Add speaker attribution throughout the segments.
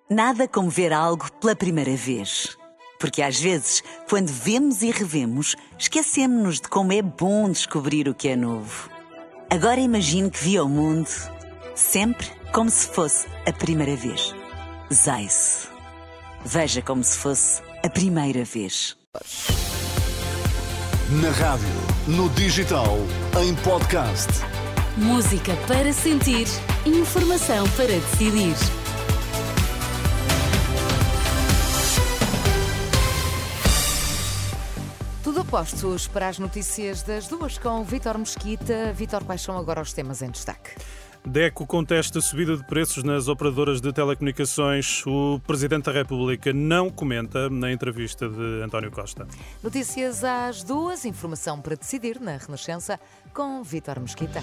Speaker 1: Nada como ver algo pela primeira vez. Porque às vezes, quando vemos e revemos, esquecemos-nos de como é bom descobrir o que é novo. Agora imagine que viu o mundo sempre como se fosse a primeira vez. Zais. Veja como se fosse a primeira vez.
Speaker 2: Na rádio, no digital, em podcast.
Speaker 3: Música para sentir, informação para decidir. Tudo a postos para as notícias das duas com Vítor Mesquita. Vítor, quais são agora os temas em destaque?
Speaker 4: DECO contesta a subida de preços nas operadoras de telecomunicações. O Presidente da República não comenta na entrevista de António Costa.
Speaker 3: Notícias às duas, informação para decidir na Renascença com Vítor Mesquita.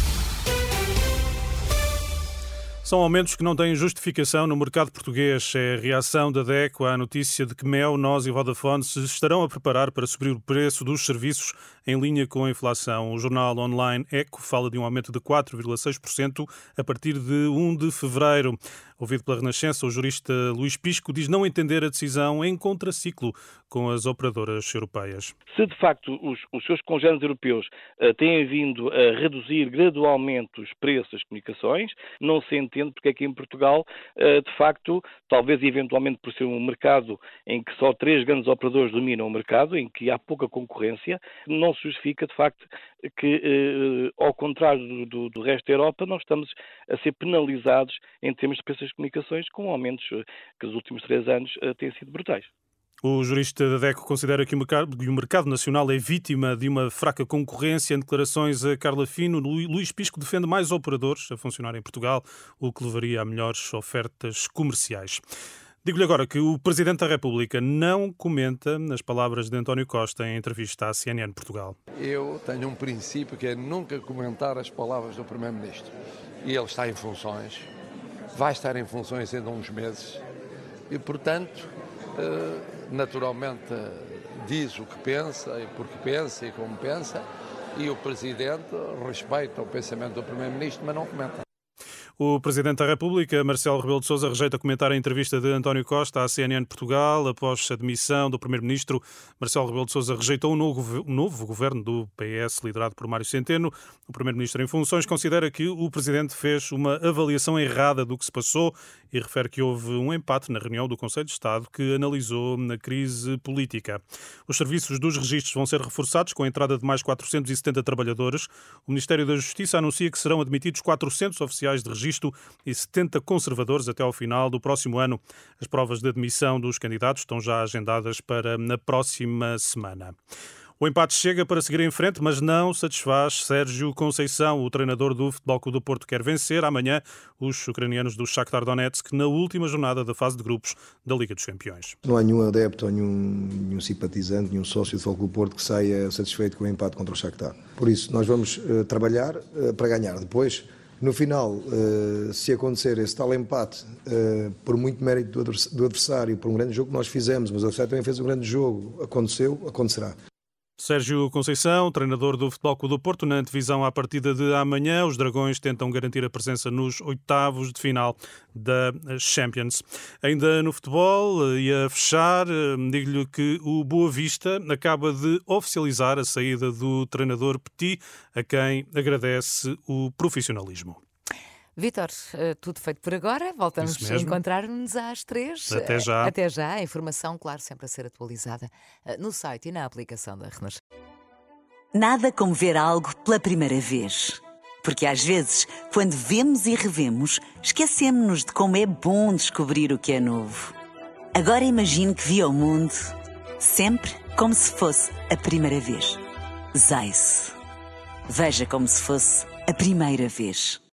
Speaker 4: São aumentos que não têm justificação no mercado português. É a reação da DECO à notícia de que Mel, NOS e Vodafone se estarão a preparar para subir o preço dos serviços em linha com a inflação. O jornal online ECO fala de um aumento de 4,6% a partir de 1 de fevereiro. Ouvido pela Renascença, o jurista Luís Pisco diz não entender a decisão em contraciclo com as operadoras europeias.
Speaker 5: Se de facto os seus congêneres europeus têm vindo a reduzir gradualmente os preços das comunicações, não se entende porque é que em Portugal, de facto, talvez eventualmente por ser um mercado em que só 3 grandes operadores dominam o mercado, em que há pouca concorrência, não se justifica de facto que, ao contrário do resto da Europa, nós estamos a ser penalizados em termos de preços das comunicações com aumentos que nos últimos 3 anos têm sido brutais.
Speaker 4: O jurista da DECO considera que o mercado nacional é vítima de uma fraca concorrência. Em declarações a Carla Fino, Luís Pisco defende mais operadores a funcionar em Portugal, o que levaria a melhores ofertas comerciais. Digo-lhe agora que o Presidente da República não comenta nas palavras de António Costa em entrevista à CNN Portugal.
Speaker 6: Eu tenho um princípio que é nunca comentar as palavras do Primeiro-Ministro. E ele está em funções, vai estar em funções ainda uns meses e, portanto, naturalmente diz o que pensa e porque pensa e como pensa, e o Presidente respeita o pensamento do Primeiro-Ministro, mas não comenta.
Speaker 4: O Presidente da República, Marcelo Rebelo de Sousa, rejeita comentar a entrevista de António Costa à CNN Portugal. Após a demissão do Primeiro-Ministro, Marcelo Rebelo de Sousa rejeitou um novo governo do PS, liderado por Mário Centeno. O Primeiro-Ministro em funções considera que o Presidente fez uma avaliação errada do que se passou e refere que houve um empate na reunião do Conselho de Estado que analisou a crise política. Os serviços dos registros vão ser reforçados com a entrada de mais 470 trabalhadores. O Ministério da Justiça anuncia que serão admitidos 400 oficiais de registro e 70 conservadores até ao final do próximo ano. As provas de admissão dos candidatos estão já agendadas para na próxima semana. O empate chega para seguir em frente, mas não satisfaz Sérgio Conceição. O treinador do Futebol Clube do Porto quer vencer amanhã os ucranianos do Shakhtar Donetsk na última jornada da fase de grupos da Liga dos Campeões.
Speaker 7: Não há nenhum adepto, nenhum simpatizante, nenhum sócio do Futebol Clube do Porto que saia satisfeito com o empate contra o Shakhtar. Por isso, nós vamos trabalhar para ganhar. Depois, no final, se acontecer esse tal empate, por muito mérito do adversário, por um grande jogo que nós fizemos, mas o adversário também fez um grande jogo, acontecerá.
Speaker 4: Sérgio Conceição, treinador do Futebol Clube do Porto, na antevisão à partida de amanhã. Os Dragões tentam garantir a presença nos oitavos de final da Champions. Ainda no futebol, e a fechar, digo-lhe que o Boa Vista acaba de oficializar a saída do treinador Petit, a quem agradece o profissionalismo.
Speaker 3: Vítor, tudo feito por agora. Voltamos a encontrar-nos às 3.
Speaker 4: Até já.
Speaker 3: Até já. A informação, claro, sempre a ser atualizada no site e na aplicação da Renascença.
Speaker 1: Nada como ver algo pela primeira vez. Porque às vezes, quando vemos e revemos, esquecemos-nos de como é bom descobrir o que é novo. Agora imagine que viu o mundo sempre como se fosse a primeira vez. Zais. Veja como se fosse a primeira vez.